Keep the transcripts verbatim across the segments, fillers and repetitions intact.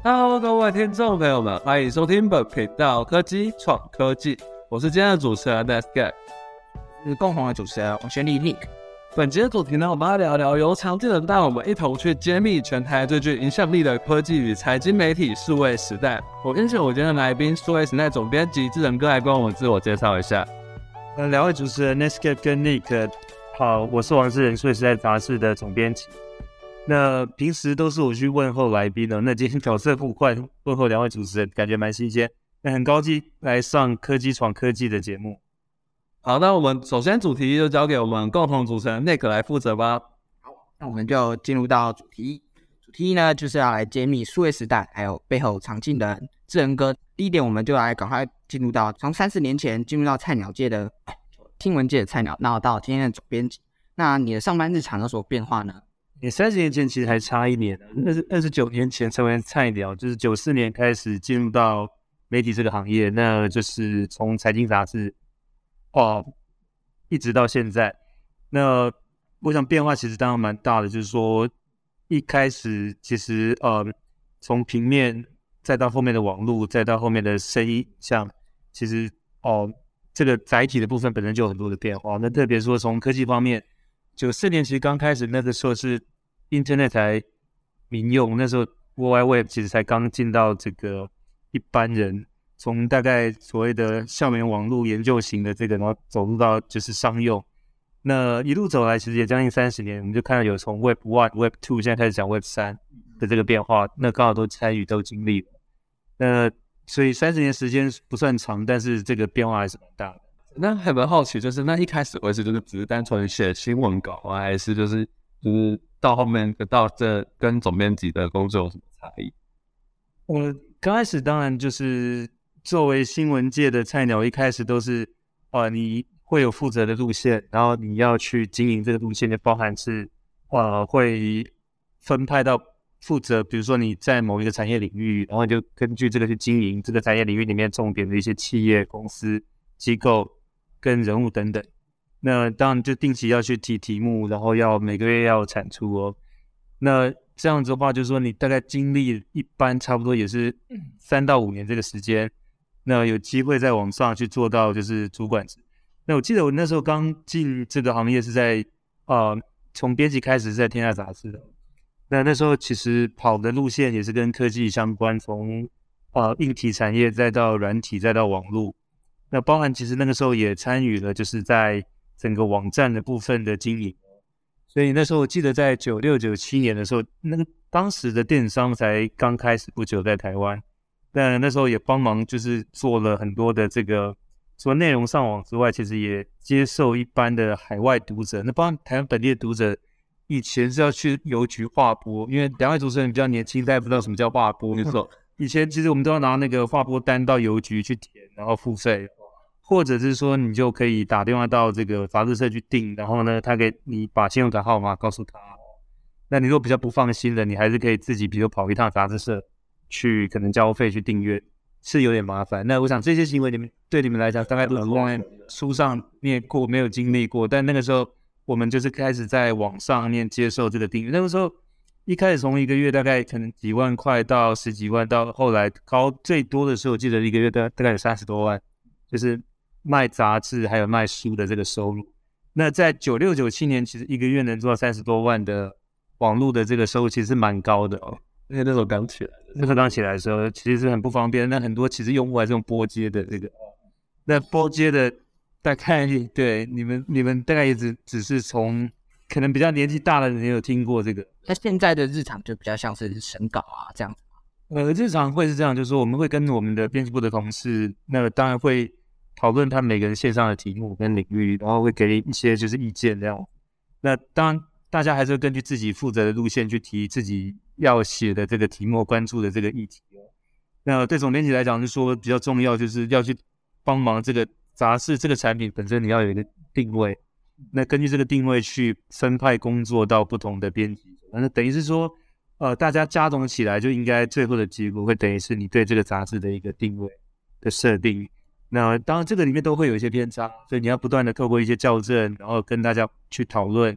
Hello， 各位听众朋友们，欢迎收听本频道科技创科技，我是今天的主持人 Nesgay， 是共同的主持人王轩丽 Nick。 本节的主题呢，我们要聊聊由常见人带我们一同去揭秘全台最具影响力的科技与财经媒体数位时代。我先请我今天的来宾数位时代总编辑志仁哥来跟我们自我介绍一下。 呃，两位主持人 Nesgay 跟 Nick， 好，我是王志仁，数位时代杂志的总编辑。那平时都是我去问候来宾的，那今天角色互换，问候两位主持人，感觉蛮新鲜。那很高兴来上科技闯科技的节目。 好，那我们首先主题就交给我们共同主持人 Nick 来负责吧。 好，那我们就进入到主题。主题呢，就是要来揭秘数位时代，还有背后常进人志仁哥。第一点，我们就来赶快进入到从三十年前进入到菜鸟界的新闻界的菜鸟，那到今天的总编辑。那你的上班日常有什么变化呢？ 你三十年前其实还差一年，二十九年前成为菜鸟，就是九四年开始进入到媒体这个行业，那就是从财经杂志哦一直到现在。那我想变化其实当然蛮大的，就是说一开始其实呃从平面再到后面的网络，再到后面的声音，像其实哦这个载体的部分本身就有很多的变化。那特别说从科技方面，九四年其实刚开始那个时候是 Internet 才民用，那时候 World Wide Web 其实才刚进到这个一般人，从大概所谓的校园网络研究型的这个，然后走入到就是商用。那一路走来其实也将近三十年，我们就看到有从 Web 一 Web 二 现在开始讲 Web 三的这个变化，那刚好都参与都经历了。那所以三十年时间不算长，但是这个变化还是蛮大的。 那还蛮好奇，就是那一开始会是就是只是单纯写新闻稿啊，还是就是就是到后面到这跟总编辑的工作有什么差异？ 我刚开始当然就是作为新闻界的菜鸟，一开始都是呃你会有负责的路线，然后你要去经营这个路线，就包含是呃会分派到负责，比如说你在某一个产业领域，然后你就根据这个去经营这个产业领域里面重点的一些企业、公司、机构跟人物等等。那当然就定期要去提题目，然后要每个月要产出哦。那这样子的话，就是说你大概经历一般差不多也是三到五年这个时间，那有机会再往上去做到就是主管职。那我记得我那时候刚进这个行业是在呃从编辑开始是在天下杂志的。那那时候其实跑的路线也是跟科技相关，从呃硬体产业再到软体再到网络。那包含其实那个时候也参与了就是在整个网站的部分的经营。所以那时候我记得在九六九七年的时候，那个当时的电商才刚开始不久在台湾，但那时候也帮忙就是做了很多的这个除了内容上网之外，其实也接受一般的海外读者，那包含台湾本地的读者以前是要去邮局划拨，因为两位主持人比较年轻，大家不知道什么叫划拨，没错。以前其实我们都要拿那个划拨单到邮局去填，然后付费，或者是说你就可以打电话到这个杂志社去订，然后呢，他给你把信用卡号码告诉他。那你如果比较不放心的，你还是可以自己，比如跑一趟杂志社去，可能交费去订阅，是有点麻烦。那我想这些行为你们对你们来讲，大概都在书上念过，没有经历过。但那个时候我们就是开始在网上面接受这个订阅，那个时候。一开始从一个月大概可能几万块到十几万，到后来高最多的时候，我记得一个月大概有三十多万，就是卖杂志还有卖书的这个收入。那在九六九七年，其实一个月能做到三十多万的网络的这个收入，其实是蛮高的哦。 因为那时候刚起来， 那时候刚起来的时候，其实是很不方便。那很多其实用户还是用拨接的这个，那拨接的大概对你们你们大概也只只是从。可能比较年纪大的人也有听过这个。 那现在的日常就比较像是审稿啊这样子。 呃，日常会是这样，就是说我们会跟我们的编辑部的同事，那当然会讨论他们每个人线上的题目跟领域，然后会给一些就是意见这样。那当然大家还是会根据自己负责的路线去提自己要写的这个题目、关注的这个议题。那对总编辑来讲，是说比较重要，就是要去帮忙这个杂志这个产品本身，你要有一个定位。那根据这个定位去分派工作到不同的编辑，那等于是说，呃，大家加总起来就应该最后的结果会等于是你对这个杂志的一个定位的设定。那当然这个里面都会有一些偏差，所以你要不断的透过一些校正，然后跟大家去讨论，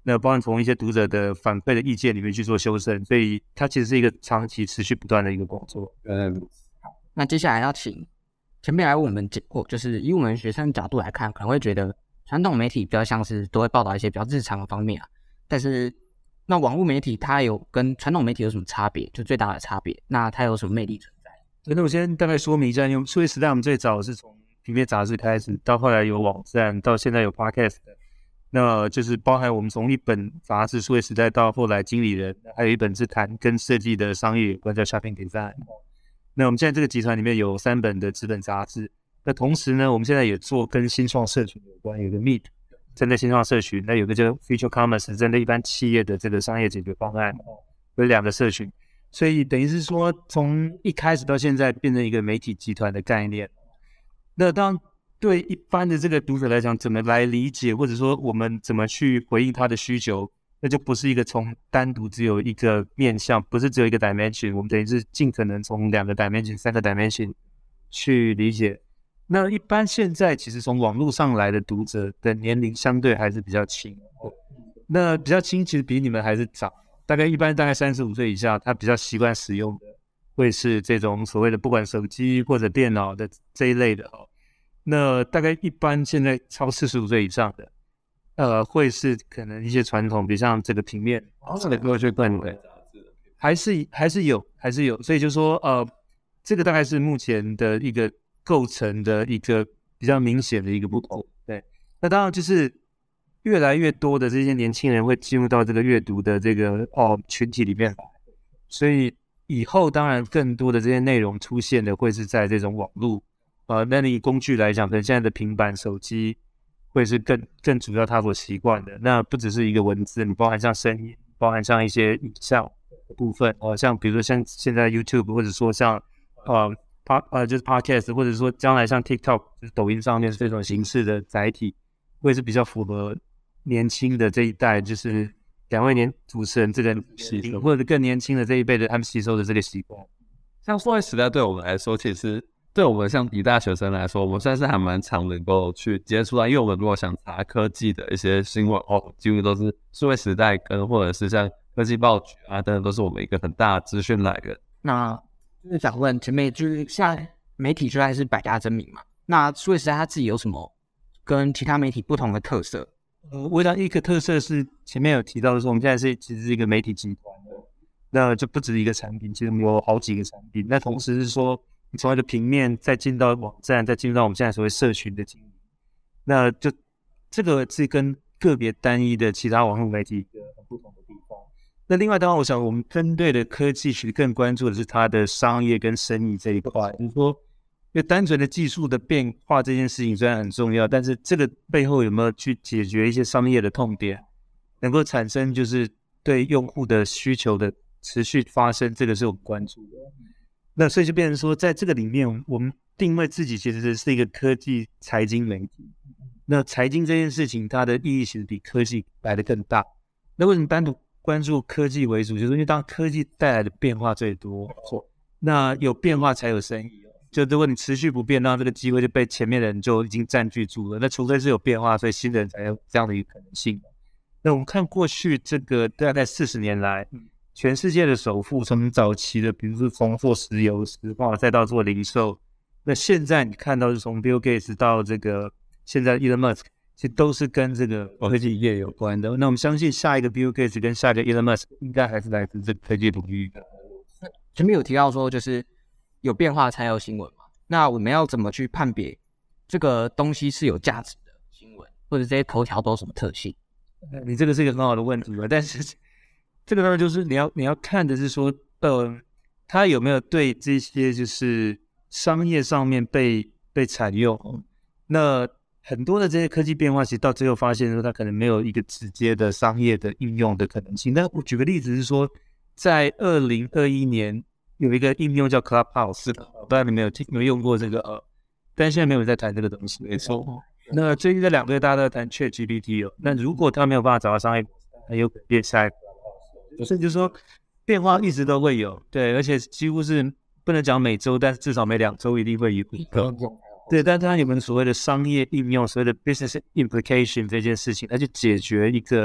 那包含从一些读者的反馈的意见里面去做修正，所以它其实是一个长期持续不断的一个工作。 嗯， 那接下来要请前辈来为我们解惑，就是以我们学生角度来看，可能会觉得传统媒体比较像是都会报道一些比较日常的方面啊，但是那网络媒体它有跟传统媒体有什么差别？就最大的差别，那它有什么魅力存在？ 那我先大概说明一下，因为数位时代我们最早是从平面杂志开始，到后来有网站，到现在有 podcast 的，那就是包含我们从一本杂志数位时代到后来经理人，还有一本是谈跟设计的商业有关叫 Shopping Design。那我们现在这个集团里面有三本的纸本杂志，那同时呢，我们现在也做跟新创社群有关，有个 Meet 针对新创社群，那有个叫 Future Commerce 针对一般企业的这个商业解决方案，有两个社群，所以等于是说从一开始到现在变成一个媒体集团的概念。那当对一般的这个读者来讲，怎么来理解，或者说我们怎么去回应他的需求，那就不是一个从单独只有一个面向，不是只有一个 dimension， 我们等于是尽可能从两个 dimension、三个 dimension 去理解。那一般现在其实从网络上来的读者的年龄相对还是比较轻，那比较轻其实比你们还是早，大概一般大概三十五岁以下，他比较习惯使用的会是这种所谓的不管手机或者电脑的这一类的哦。那大概一般现在超四十五岁以上的，呃，会是可能一些传统，比如像这个平面，这个过去更对，还是还是有，还是有，所以就说呃，这个大概是目前的一个构成的一个比较明显的一个不同。对，那当然就是越来越多的这些年轻人会进入到这个阅读的这个哦群体里面来，所以以后当然更多的这些内容出现的会是在这种网络。呃，那你以工具来讲，可能现在的平板、手机会是更更主要他所习惯的。那不只是一个文字，你包含像声音，包含像一些影像的部分，哦、呃，像比如说像现在 YouTube， 或者说像呃 Pod 呃就是 Podcast， 或者说将来像 TikTok， 就是抖音上面这种形式的载体，会是比较符合年轻的这一代，就是两位年主持人这个习惯，或者更年轻的这一辈的他们吸收的这个习惯。 像数位时代对我们来说，其实。对我们像以大学生来说，我们算是还蛮常能够去接触到，因为我们如果想查科技的一些新闻哦，几乎都是数位时代跟或者是像科技报局啊等等，都是我们一个很大的资讯来源。 那就是想问前面，就是现在媒体虽然是百家争鸣嘛，那数位时代它自己有什么跟其他媒体不同的特色？ 呃，我想一个特色是前面有提到的说，我们现在是其实是一个媒体集团的，那就不止一个产品，其实我们有好几个产品。那同时是说。从一个平面再进到网站，再进入到我们现在所谓社群的经营，那就这个是跟个别单一的其他网络媒体一个很不同的地方。那另外当然我想我们针对的科技其实更关注的是它的商业跟生意这一块，就是说因为单纯的技术的变化这件事情虽然很重要，但是这个背后有没有去解决一些商业的痛点，能够产生就是对用户的需求的持续发生，这个是我们关注的。那所以就变成说在这个里面我们定位自己其实是一个科技财经媒体。那财经这件事情它的意义其实比科技来得更大。那为什么单独关注科技为主，就是因为当科技带来的变化最多，那有变化才有生意。就如果你持续不变，那这个机会就被前面的人就已经占据住了，那除非是有变化，所以新的人才有这样的一个可能性。那我们看过去这个大概四十年来，全世界的首富从早期的比如说从做石油石化再到做零售，那现在你看到是从 Bill Gates 到这个现在 Elon Musk， 其实都是跟这个科技业有关的。那我们相信下一个 Bill Gates 跟下一个 Elon Musk 应该还是来自这个科技领域的。 前面有提到说就是有变化才有新闻嘛，那我们要怎么去判别这个东西是有价值的新闻，或者这些头条都有什么特性？ 你这个是一个很好的问题吧，但是这个当然就是你要你要看的是说，呃，它有没有对这些就是商业上面被被采用。那很多的这些科技变化，其实到最后发现说，它可能没有一个直接的商业的应用的可能性。那我举个例子是说，在二零二一年有一个应用叫 Clubhouse， 不知道你们有听有没有用过这个呃，但现在没有人在谈这个东西。没错。那最近这两个月大家都在谈 ChatGPT 哦，那如果他没有办法找到商业模式，很有可能变下一个。所以就是说变化一直都会有，对，而且几乎是不能讲每周，但是至少每两周一定会有一个，对，但它有没有所谓的商业应用，所谓的 business implication 这件事情，它去解决一个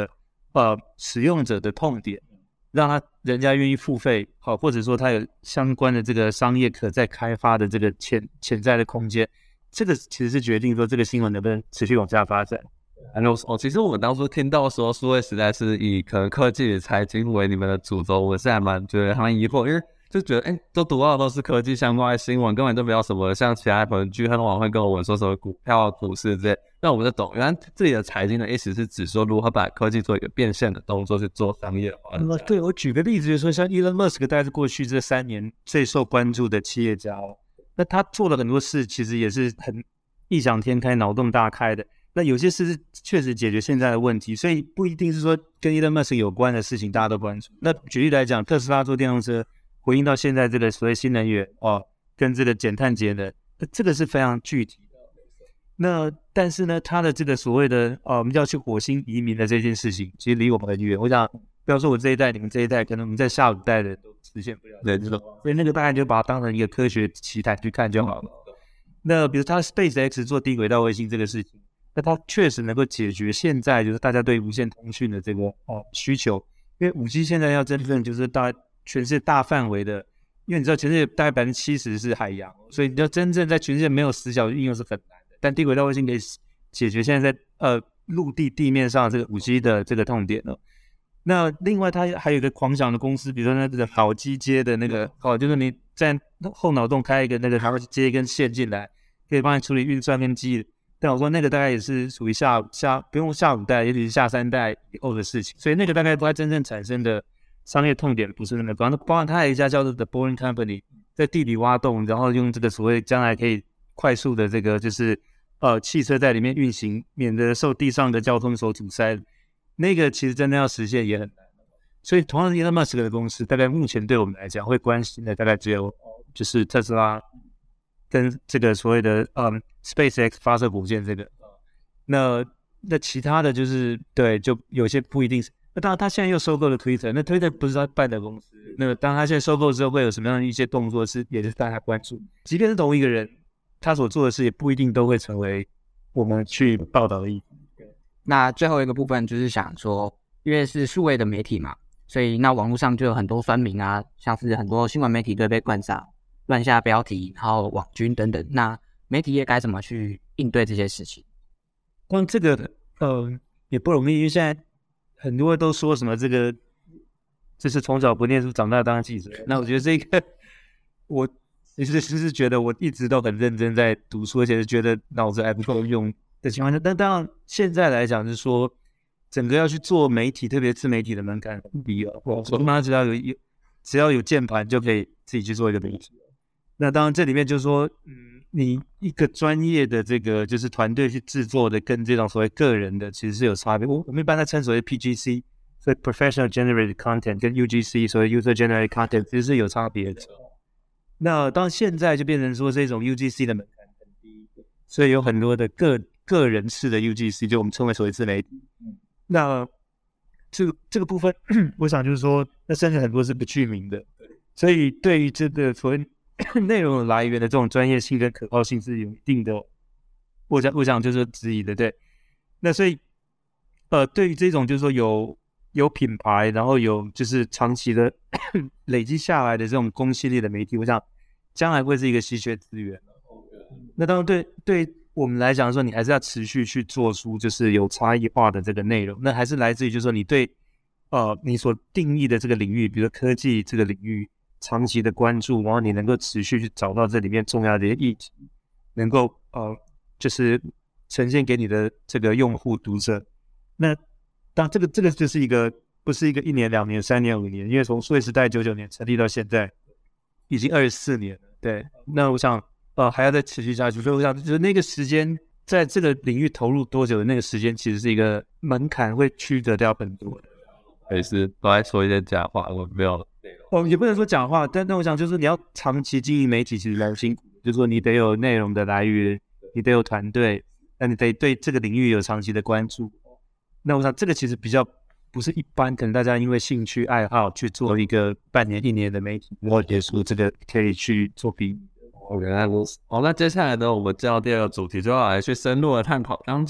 呃使用者的痛点，让他人家愿意付费，好，或者说他有相关的这个商业可再开发的这个潜潜在的空间，这个其实是决定说这个新闻能不能持续往下发展。 然后哦，其实我们当初听到说数位时代是以可能科技与财经为你们的主轴，我是还蛮觉得蛮疑惑，因为就觉得哎，都读到的都是科技相关的新闻，根本就没有什么像其他可能钜亨网会跟我们说什么股票、股市之类，让我们就懂，原来这里的财经的意思是指说如何把科技做一个变现的动作去做商业化。 嗯，对，我举个例子，就是说像 Elon Musk 大概是过去这三年最受关注的企业家哦，那他做了很多事，其实也是很异想天开、脑洞大开的。那有些事是确实解决现在的问题，所以不一定是说跟 Elon Musk 有关的事情大家都关注。那举例来讲，特斯拉做电动车，回应到现在这个所谓新能源哦，跟这个减碳节能，这个是非常具体的。那但是呢，他的这个所谓的呃，我们要去火星移民的这件事情，其实离我们很远。我想，不要说我这一代，你们这一代，可能我们在下五代的人都实现不了。 对，所以那个大概就把它当成一个科学奇谈去看就好了。那比如他 SpaceX 做低轨道卫星这个事情，那它确实能够解决现在就是大家对无线通讯的这个哦需求，因为 五 G 现在要真正就是大全世界大范围的，因为你知道全世界大概百分之七十是海洋，所以你要真正在全世界没有死角应用是很难的。但低轨道卫星可以解决现在在呃陆地地面上这个 五 G 的这个痛点了。那另外它还有一个狂想的公司，比如说那个脑机接的那个哦，就是你在后脑洞开一个那个，它会接一根线进来，可以帮你处理运算跟记忆。但我说那个大概也是属于下下不用下五代，也许是下三代以后的事情，所以那个大概不太真正产生的商业痛点不是那么高。那包含它有一家叫做 The Boring Company， 在地里挖洞，然后用这个所谓将来可以快速的这个就是呃汽车在里面运行，免得受地上的交通所阻塞。那个其实真的要实现也很难。所以同样是 Elon Musk 的公司，大概目前对我们来讲会关心的大概只有就是特斯拉跟这个所谓的嗯 SpaceX 发射火箭这个，那那其他的就是对，就有些不一定是。那当然他现在又收购了 Twitter， 那 Twitter 不是他办的公司，那当他现在收购之后会有什么样的一些动作是也是大家关注。即便是同一个人，他所做的事也不一定都会成为我们去报道的意义。 那最后一个部分就是想说，因为是数位的媒体嘛，所以那网络上就有很多酸民啊，像是很多新闻媒体都被灌杀、乱下标题，然后网军等等。那媒体业该怎么去应对这些事情？ 光这个呃也不容易，因为现在很多人都说什么这个就是从小不念书长大当记者。那我觉得这个我其实是觉得我一直都很认真在读书，而且是觉得脑子还不够用的情况下，但当然现在来讲是说整个要去做媒体，特别自媒体的门槛很低了。我妈只要有有只要有键盘就可以自己去做一个媒体。那当然这里面就是说，嗯，你一个专业的这个就是团队去制作的，跟这种所谓个人的其实是有差别。我我们一般在称所谓 P G C， 所以 Professional Generated Content 跟 U G C 所谓 User Generated Content 其实是有差别的。那当现在就变成说这种 U G C 的门槛很低，所以有很多的个个人式的 U G C， 就我们称为所谓自媒体。那这个这个部分，我想就是说，那甚至很多是不具名的，所以对于这个所谓内容的来源的这种专业性跟可靠性是有一定的，我想我想就是质疑的，对。那所以，呃，对于这种就是说有有品牌，然后有就是长期的累积下来的这种公信力的媒体，我想将来会是一个稀缺资源。那当然对对我们来讲说，你还是要持续去做出就是有差异化的这个内容，那还是来自于就是说你对呃你所定义的这个领域，比如说科技这个领域长期的关注，然后你能够持续去找到这里面重要的议题，能够呃就是呈现给你的这个用户读者。那当然这个这个就是一个不是一个一年两年三年五年，因为从数位时代九九年成立到现在已经二十四年了，对。那我想呃还要再持续下去，所以我想就是那个时间在这个领域投入多久的那个时间，其实是一个门槛会曲折掉很多的。 也是都在说一些假话，我没有哦，也不能说讲话，但但我想就是你要长期经营媒体，其实蛮辛苦的。就是说你得有内容的来源，你得有团队，那你得对这个领域有长期的关注。那我想这个其实比较不是一般，可能大家因为兴趣爱好去做一个半年一年的媒体，然后结束这个可以去做比拟。 哦，原来如此。好，那接下来呢，我们进到第二个主题，就要来去深入的探讨当间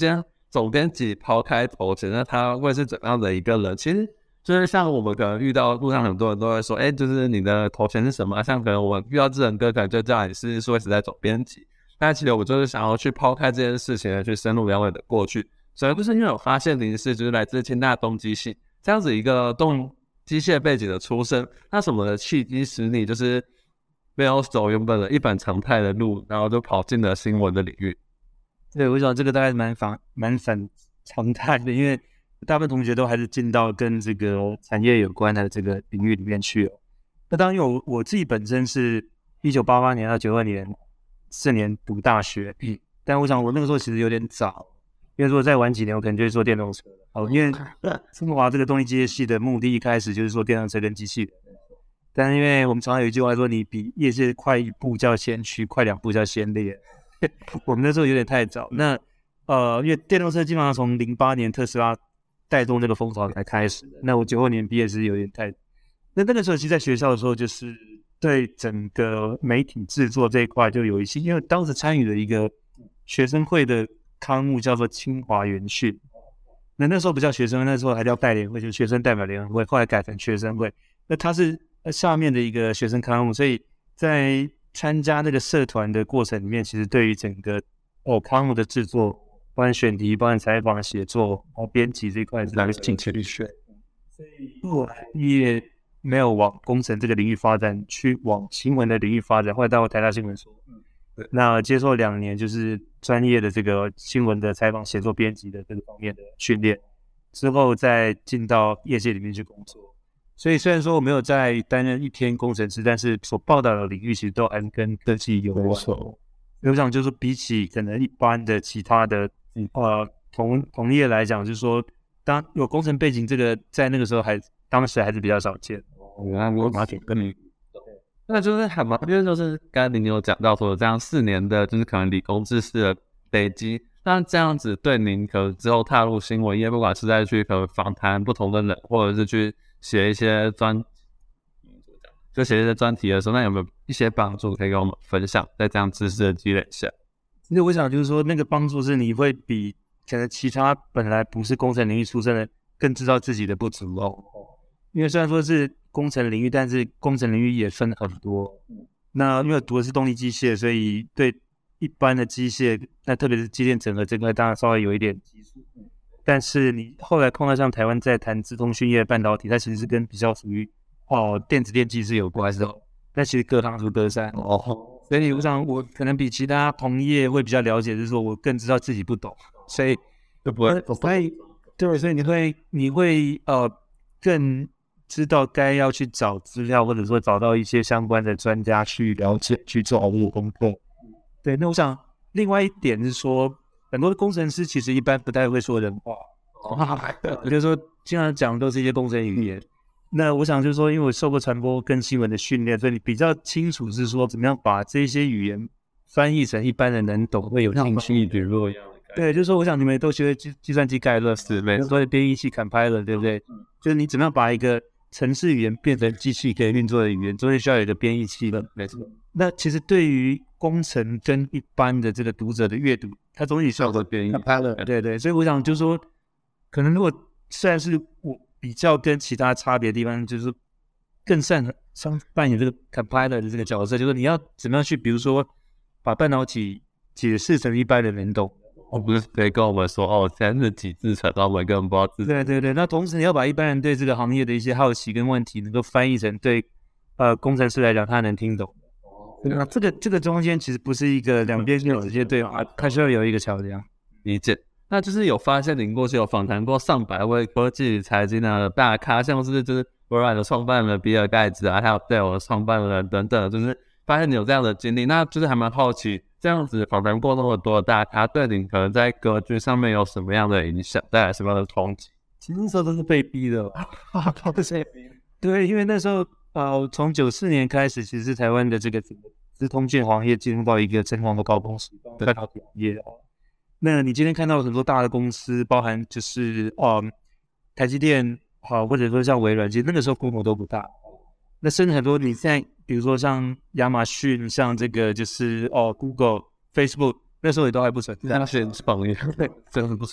总编辑抛开头衔，那他会是怎样的一个人？其实就是像我们可能遇到路上很多人都会说，哎，就是你的头衔是什么？像可能我们遇到智仁哥，可能就叫你是数位时代总编辑。但其实我就是想要去抛开这件事情，去深入了解你的过去。所以不是因为我发现您是就是来自清大动机系这样子一个动机械背景的出身，那什么的契机使你就是没有走原本的一本常态的路，然后就跑进了新闻的领域？ 对，我想这个大概蛮反蛮反常态的，因为大部分同学都还是进到跟这个产业有关的这个领域里面去哦。那当然有，我我自己本身是一九八八年到九二年四年读大学，嗯，但我想我那个时候其实有点早，因为如果再晚几年，我可能就会做电动车了。哦，因为清华这个动力机械系的目的一开始就是做电动车跟机器人，但是因为我们常常有一句话说，你比业界快一步叫先驱，快两步叫先烈。我们那时候有点太早。那呃，因为电动车基本上从零八年特斯拉带动这个风潮才开始的。那我九二年毕业是有点太，那那个时候其实在学校的时候，就是对整个媒体制作这一块就有一些，因为当时参与了一个学生会的刊物叫做清华园讯。那那时候不叫学生会，那时候还叫代联会，就是学生代表联合会，后来改成学生会。那它是下面的一个学生刊物，所以在参加那个社团的过程里面，其实对于整个哦刊物的制作，包含选题、包含采访、写作、然后编辑这一块是来进去去学。所以后来也没有往工程这个领域发展，去往新闻的领域发展，后来到台大新闻所，嗯，那接受两年就是专业的这个新闻的采访、写作、编辑的这个方面的训练，之后再进到业界里面去工作。所以虽然说我没有在担任一天工程师，但是所报道的领域其实都还跟科技有关。我想就是比起可能一般的其他的呃同同业来讲，就是说当有工程背景这个在那个时候还当时还是比较少见。 原来我马挺跟你，那就是还蛮，因为就是刚才您有讲到说这样四年的就是可能理工知识的累积，那这样子对您可能之后踏入新闻业，不管是在去可能访谈不同的人，或者是去写一些专，就写一些专题的时候，那有没有一些帮助可以跟我们分享？在这样知识的积累下， 其实我想就是说，那个帮助是你会比可能其他本来不是工程领域出身的更知道自己的不足哦。因为虽然说是工程领域，但是工程领域也分很多。那因为读的是动力机械，所以对一般的机械，那特别是机电整合这块，当然稍微有一点基础。但是你后来碰到像台湾在谈资通讯业半导体，它其实是跟比较属于哦电子电机是有关的，但其实各行如隔山哦。所以我想我可能比其他同业会比较了解，就是说我更知道自己不懂，所以就不会会对，所以你会你会呃更知道该要去找资料，或者说找到一些相关的专家去了解去做好功课。对，那我想另外一点是说，很多的工程师其实一般不太会说人话，我就说经常讲的都是一些工程语言。那我想就是说，因为我受过传播跟新闻的训练，所以你比较清楚是说怎么样把这些语言翻译成一般人能懂、会有兴趣的落样的。对，就是说，我想你们都学计计算机概论，是没错，编译器 compiler， 对不对？嗯、就是你怎么样把一个程式语言变成机器可以运作的语言，中间需要有一个编译器的，没错。那其实对于工程跟一般的这个读者的阅读，它总是需要个编译 compiler， 对对。所以我想就是说，可能如果虽然是我比较跟其他差别的地方，就是更擅长扮演这个 compiler 的这个角色，就是你要怎么样去，比如说把半导体解释成一般的人懂。 我不是可以跟我们说哦，现在是几制程，然后我们根本不知道制程。 对对对，那同时你要把一般人对这个行业的一些好奇跟问题，能够翻译成对呃工程师来讲他能听懂。那这个这个中间其实不是一个两边就直接对话，它需要有一个桥梁。 理解。那就是有发现您过去有访谈过上百位科技与财经的大咖，像是就是微软的创办人比尔盖茨啊，还有 Dell 的创办人等等，就是发现你有这样的经历，那就是还蛮好奇。这样子访谈过那么多的大咖，对你可能在格局上面有什么样的影响，带来什么样的冲击？ 其实那时候都是被逼的，都是被逼的。对，因为那时候呃，从九四年开始，其实台湾的这个资通讯行业进入到一个成长的高峰时，半导体行业哦。那你今天看到很多大的公司，包含就是呃台积电好、呃，或者说像微软，其实那个时候规模都不大。那甚至很多你现在比如说像亚马逊，像这个就是哦 Google、Facebook， 那时候也都还不存在。 亚马逊创业，真的不存在。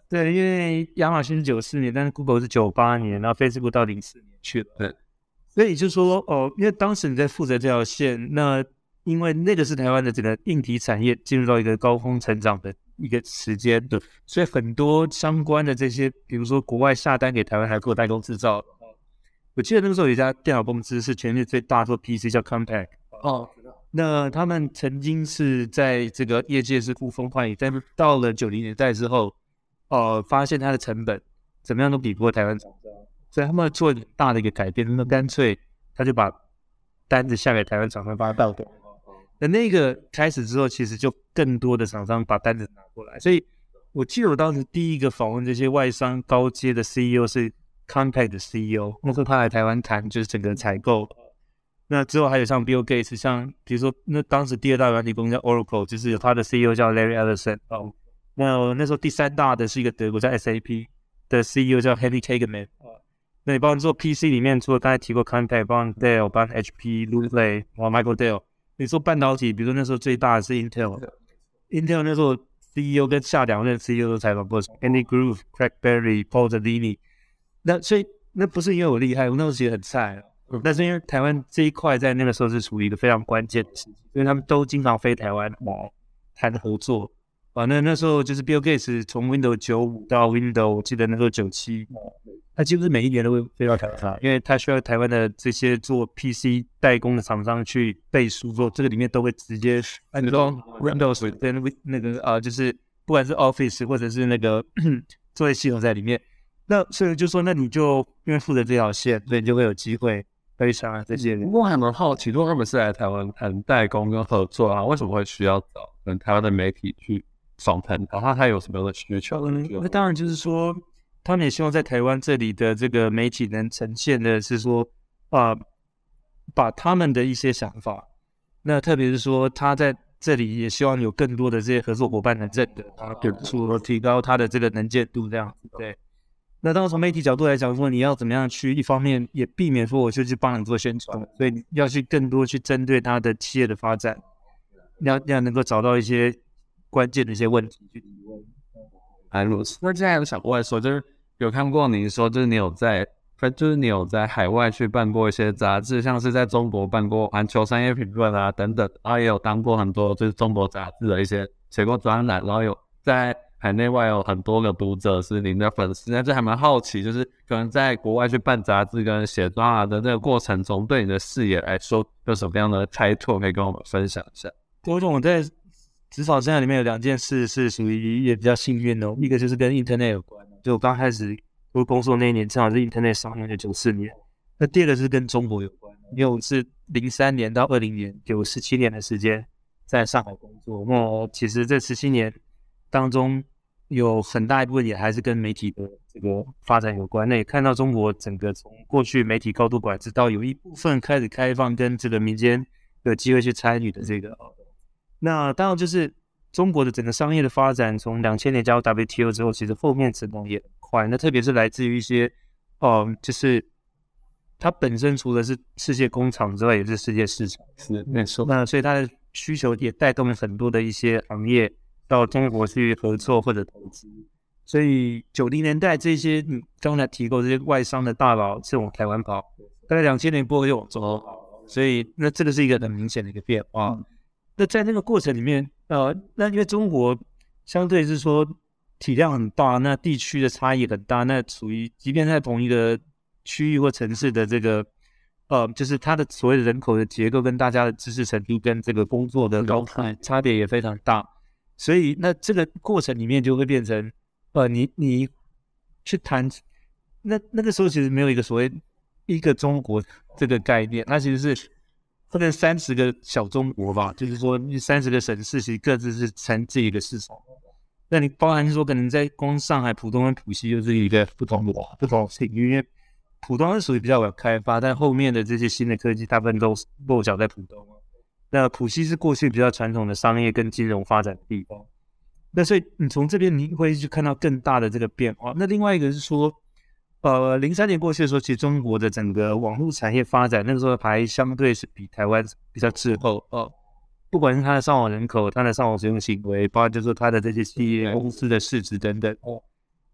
对，因为亚马逊是九四年，但是 Google 是九八年，然后 Facebook 到零四年去了。 对， 所以就说哦，因为当时你在负责这条线，那因为那个是台湾的整个硬体产业进入到一个高峰成长的一个时间，对，所以很多相关的这些，比如说国外下单给台湾来做代工制造。我记得那个时候有一家电脑公司是全世界最大做 P C 叫 Compaq 哦，那他们曾经是在这个业界是呼风唤雨，但到了九零年代之后，呃，发现它的成本怎么样都比不过台湾厂商，所以他们做很大的一个改变，那干脆他就把单子下给台湾厂商，把它倒掉。那那个开始之后，其实就更多的厂商把单子拿过来，所以我记得我当时第一个访问这些外商高阶的 C E O 是 Compaq 的 C E O， 那时候他来台湾谈就是整个采购。那之后还有像 Bill Gates， 像比如说那当时第二大软体公司叫 Oracle， 就是有他的 C E O 叫 Larry Ellison 哦。那那时候第三大的是一个德国叫 S A P 的 C E O 叫 Henry Kagerman 哦。那你包括做 P C 里面，除了刚才提过 Compaq， 包括 Dell， 包括 H P、Lulay， 然后 Michael Dell。你说半导体，比如说那时候最大的是 Intel，Intel 那时候 C E O 跟下两任 C E O 都采访过 ，Andy Grove、Craig Berry、Paul Zellini。那所以那不是因为我厉害，我那时候其实很菜，但是因为台湾这一块在那个时候是处于一个非常关键的时期，所以他们都经常飞台湾来谈合作。啊，那那时候就是 Bill Gates 从 Windows 九五到 Windows， 我记得那时候九七，他几乎是每一年都会飞到台湾，因为他需要台湾的这些做 P C 代工的厂商去背书，说这个里面都会直接按照 Windows 跟那个啊、呃，就是不管是 Office 或者是那个作业系统在里面。那所以就说，那你就因为负责这条线，所以你就会有机会飞上这些人。 不过还蛮好奇，如果他们是来台湾谈代工跟合作啊，为什么会需要找跟台湾的媒体去访谈？然后他有什么样的需求？ 嗯，那当然就是说，他们也希望在台湾这里的这个媒体能呈现的是说，啊、呃，把他们的一些想法，那特别是说他在这里也希望有更多的这些合作伙伴能认得，然后说提高他的这个能见度，这样子对。那当然从媒体角度来讲说，你要怎么样去一方面也避免说我就去帮你做宣传，所以你要去更多去针对他的企业的发展，你要你要能够找到一些关键的一些问题去提问。 哎，如此。那现在有想问说，就是有看过您说，就是你有在，就是你有在海外去办过一些杂志，像是在中国办过《环球商业评论》啊等等，然后也有当过很多就是中国杂志的一些写过专栏，然后有在海内外有很多个读者是您的粉丝，那就还蛮好奇，就是可能在国外去办杂志跟写专栏的这个过程中，对你的视野来说有什么样的开拓，可以跟我们分享一下？ 郭总，我在职场生涯里面有两件事是属于也比较幸运的，一个就是跟 Internet 有关，就我刚开始我工作那一年正好是 Internet 上映的九四年，那第二个是跟中国有关，因为我是零三年到二零年有十七年的时间在上海工作，那其实这十七年当中有很大一部分也还是跟媒体的这个发展有关，那也看到中国整个从过去媒体高度管制到有一部分开始开放跟这个民间有机会去参与的这个，那当然就是中国的整个商业的发展，从两千年加入 W T O 之后，其实后面成长也很快，那特别是来自于一些哦、呃，就是它本身除了是世界工厂之外，也是世界市场， 是没错。 那所以它的需求也带动了很多的一些行业到中国去合作或者投资，所以九零年代这些你刚才提过这些外商的大佬是往台湾跑，大概两千年过后就往中国跑，所以那这个是一个很明显的一个变化。嗯、那在那个过程里面，呃，那因为中国相对是说体量很大，那地区的差异很大，那属于即便在同一个区域或城市的这个。呃，就是它的所谓的人口的结构跟大家的知识程度跟这个工作的高度差别也非常大，所以那这个过程里面就会变成，呃，你你去谈，那那个时候其实没有一个所谓一个中国这个概念，那其实是可能三十个小中国吧，就是说三十个省市其实各自是成自己的市场，那你包含说可能在光上海浦东跟浦西就是一个不同的不同领域，因为浦东是属于比较晚开发，但后面的这些新的科技大部分都落脚在浦东。那浦西是过去比较传统的商业跟金融发展的地方。那所以你从这边你会去看到更大的这个变化。那另外一个是说，呃，零三年过去的时候，其实中国的整个网络产业发展那个时候还相对是比台湾比较滞后哦、呃。不管是它的上网人口、它的上网使用行为，包括就是说它的这些企业公司的市值等等哦。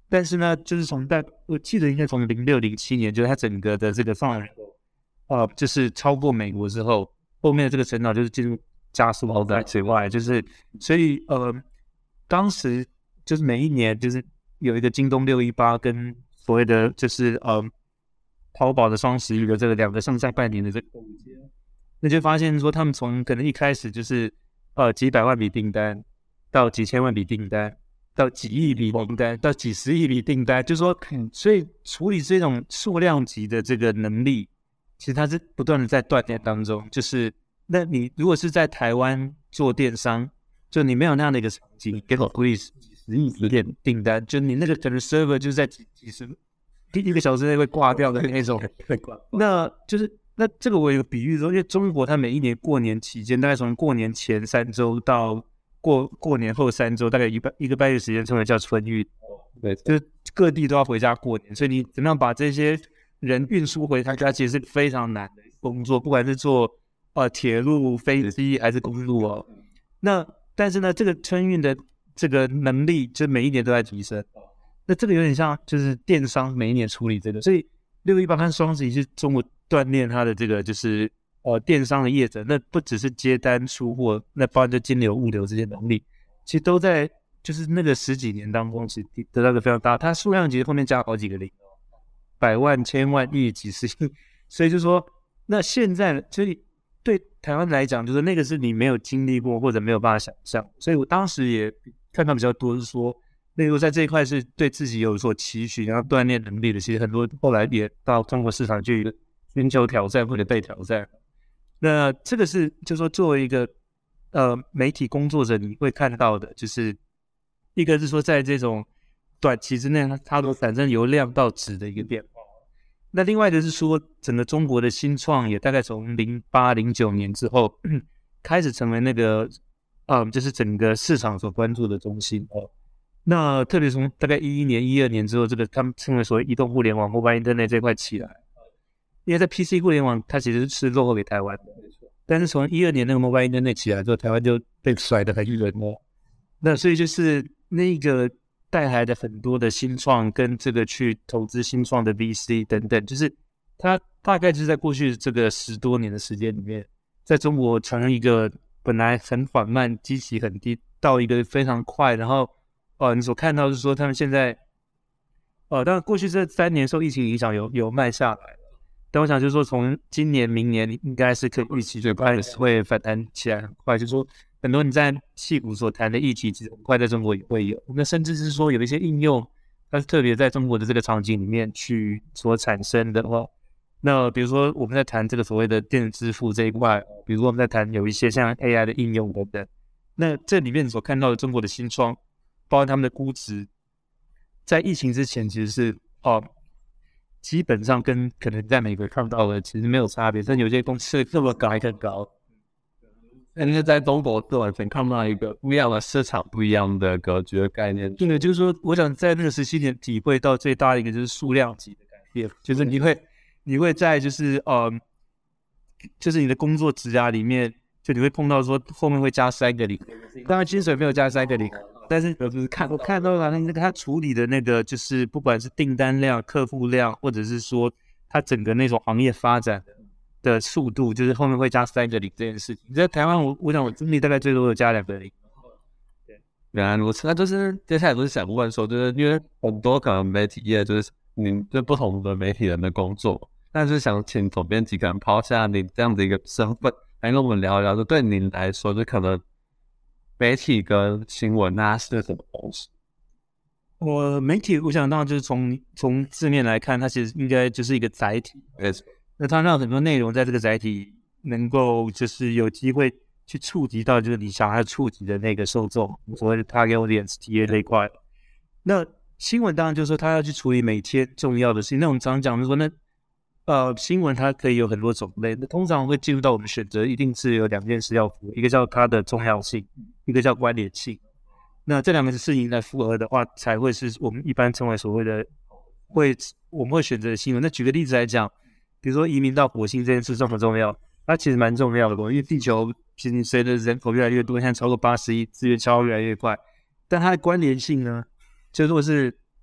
但是呢，就是从大我记得应该从零六零七年，就是它整个的这个放人口，呃，就是超过美国之后，后面的这个成长就是进入加速好的之外，就是所以呃，当时就是每一年就是有一个京东六一八跟所谓的就是呃淘宝的双十一的这个两个上下半年的这个购物节，那就发现说他们从可能一开始就是呃几百万笔订单，到几千万笔订单。到几亿笔订单，到几十亿笔订单，就是说，所以处理这种数量级的这个能力，其实它是不断的在锻炼当中。就是，那你如果是在台湾做电商，就你没有那样的一个场景，给我处理几十亿笔电订单，就你那个可能 server 就是在几几十一个小时内会挂掉的那种。那就是那这个我有个比喻说，因为中国它每一年过年期间，大概从过年前三周到过过年后三周，大概一半一个半月时间，称为叫春运。对，就是各地都要回家过年，所以你怎么样把这些人运输回他家，其实是非常难的工作，不管是坐呃铁路、飞机还是公路哦。那但是呢，这个春运的这个能力，就每一年都在提升。那这个有点像就是电商每一年处理这个，所以六一八跟双十一是中国锻炼它的这个就是。呃，电商的业者，那不只是接单出货，那包含就金流、物流这些能力，其实都在就是那个十几年当中，其实得到一个非常大。它数量级后面加好几个零，百万、千万、亿、几十亿，所以就说，那现在所以对台湾来讲，就是那个是你没有经历过或者没有办法想象。所以我当时也看到比较多是说，例如在这一块是对自己有所期许，然后锻炼能力的，其实很多后来也到中国市场去寻求挑战或者被挑战。那这个是就是说作为一个呃媒体工作者你会看到的，就是一个是说在这种短期之内它都产生由量到质的一个变化，那另外一个是说整个中国的新创也大概从零八零九年之后开始成为那个呃就是整个市场所关注的中心哦。那特别从大概一一年一二年之后，这个他们称为所谓移动互联网 mobile internet 这块起来，因为在 P C 互联网它其实是落后给台湾的，但是从一二年那个 mobile internet 起来之后，台湾就被甩得很远了。那所以就是那个带来的很多的新创跟这个去投资新创的 V C 等等，就是它大概就是在过去这个十多年的时间里面，在中国从一个本来很缓慢、基期很低，到一个非常快，然后呃你所看到是说他们现在呃当然过去这三年受疫情影响有有慢下来。但我想就是说，从今年、明年应该是可以预期最快会反弹起来很快。就是说，很多你在矽谷所谈的议题，其实很快在中国也会有。那甚至是说，有一些应用，它是特别在中国的这个场景里面去所产生的话，那比如说我们在谈这个所谓的电子支付这一块，比如说我们在谈有一些像 A I 的应用等等，那这里面所看到的中国的新创，包括他们的估值，在疫情之前其实是哦。基本上跟可能在美国看到的其实没有差别，但有些公司这么高还更高。 但是在中国是完全看不到一个不一样的市场、不一样的格局的概念。 对，就是说，我想在那个十七年体会到最大的一个就是数量级的改变，就是你会你会在就是呃，就是你的工作职涯里面，就你会碰到说后面会加三个零，当然薪水没有加三个零。但是就是看我看到了那个他处理的那个就是不管是订单量、客户量，或者是说他整个那种行业发展的的速度，就是后面会加三个零这件事情。在台湾我我想我经历大概最多的加两个零。 对，原来如此。那就是接下来不是想问说，就是因为很多可能媒体业就是你对不同的媒体人的工作，但是想请总编辑可能抛下你这样的一个身份，来跟我们聊一聊，就对您来说，就可能。媒体跟新闻啊是什么东西？ 我媒体，我想当然就是从从字面来看，它其实应该就是一个载体。 Yes. 那它让很多内容在这个载体能够就是有机会去触及到就是你想要触及的那个受众，所谓的 target audience T A 这一块。那新闻当然就是说它要去处理每天重要的事情。那我们常讲就是说那。呃，新闻它可以有很多种类，那通常会进入到我们选择，一定是有两件事要符合，一个叫它的重要性，一个叫关联性。那这两个事情来符合的话，才会是我们一般称为所谓的会我们会选择的新闻。那举个例子来讲，比如说移民到火星这件事重不重要？它其实蛮重要的，因为地球其实随着人口越来越多，现在超过八十亿，资源消耗越来越快，但它的关联性呢，就如果是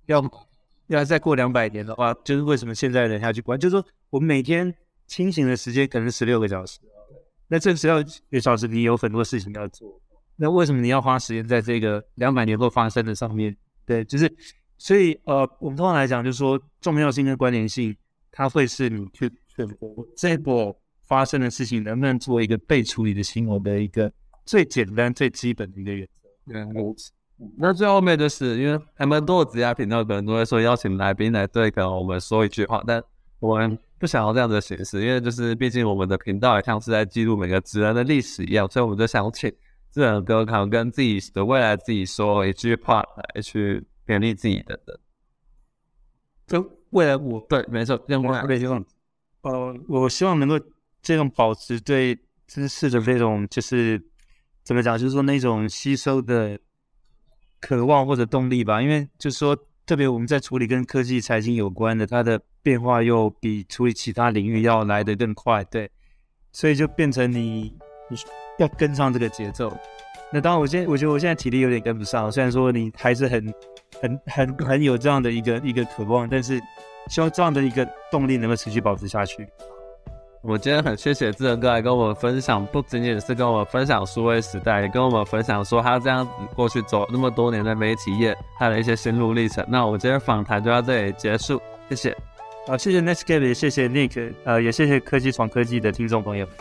要要再过两百年的话，就是为什么现在人要去关？就是说我们每天清醒的时间可能十六个小时，那这十六个小时你有很多事情要做，那为什么你要花时间在这个两百年后发生的上面？对，就是所以呃，我们通常来讲，就是说重要性跟关联性，它会是你去选择这波发生的事情能不能做一个被处理的新闻的一个最简单、最基本的一个原则。 嗯，那最后面就是因为还蛮多的职涯频道可能都会说邀请来宾来对可能我们说一句话，但我们不想要这样的形式，因为就是毕竟我们的频道也像是在记录每个职人的历史一样，所以我们就想请智仁哥可能跟自己的未来自己说一句话来去勉励自己的人。 就未来我对，没错，这样未来对这种呃，我希望能够这种保持对知识的这种就是怎么讲，就是说那种吸收的渴望或者动力吧。因为就是说，特别我们在处理跟科技财经有关的，它的变化又比处理其他领域要来得更快，对，所以就变成你你要跟上这个节奏。那当然，我现在我觉得我现在体力有点跟不上，虽然说你还是很很很很有这样的一个一个渴望，但是希望这样的一个动力能够持续保持下去。 我今天很谢谢智仁哥来跟我们分享，不仅仅是跟我们分享数位时代，也跟我们分享说他这样子过去走那么多年的媒体业，他的一些心路历程。那我们今天访谈就到这里结束，谢谢。 好，谢谢 Netscape， 也谢谢 Nick， 呃，也谢谢科技闯科技的听众朋友。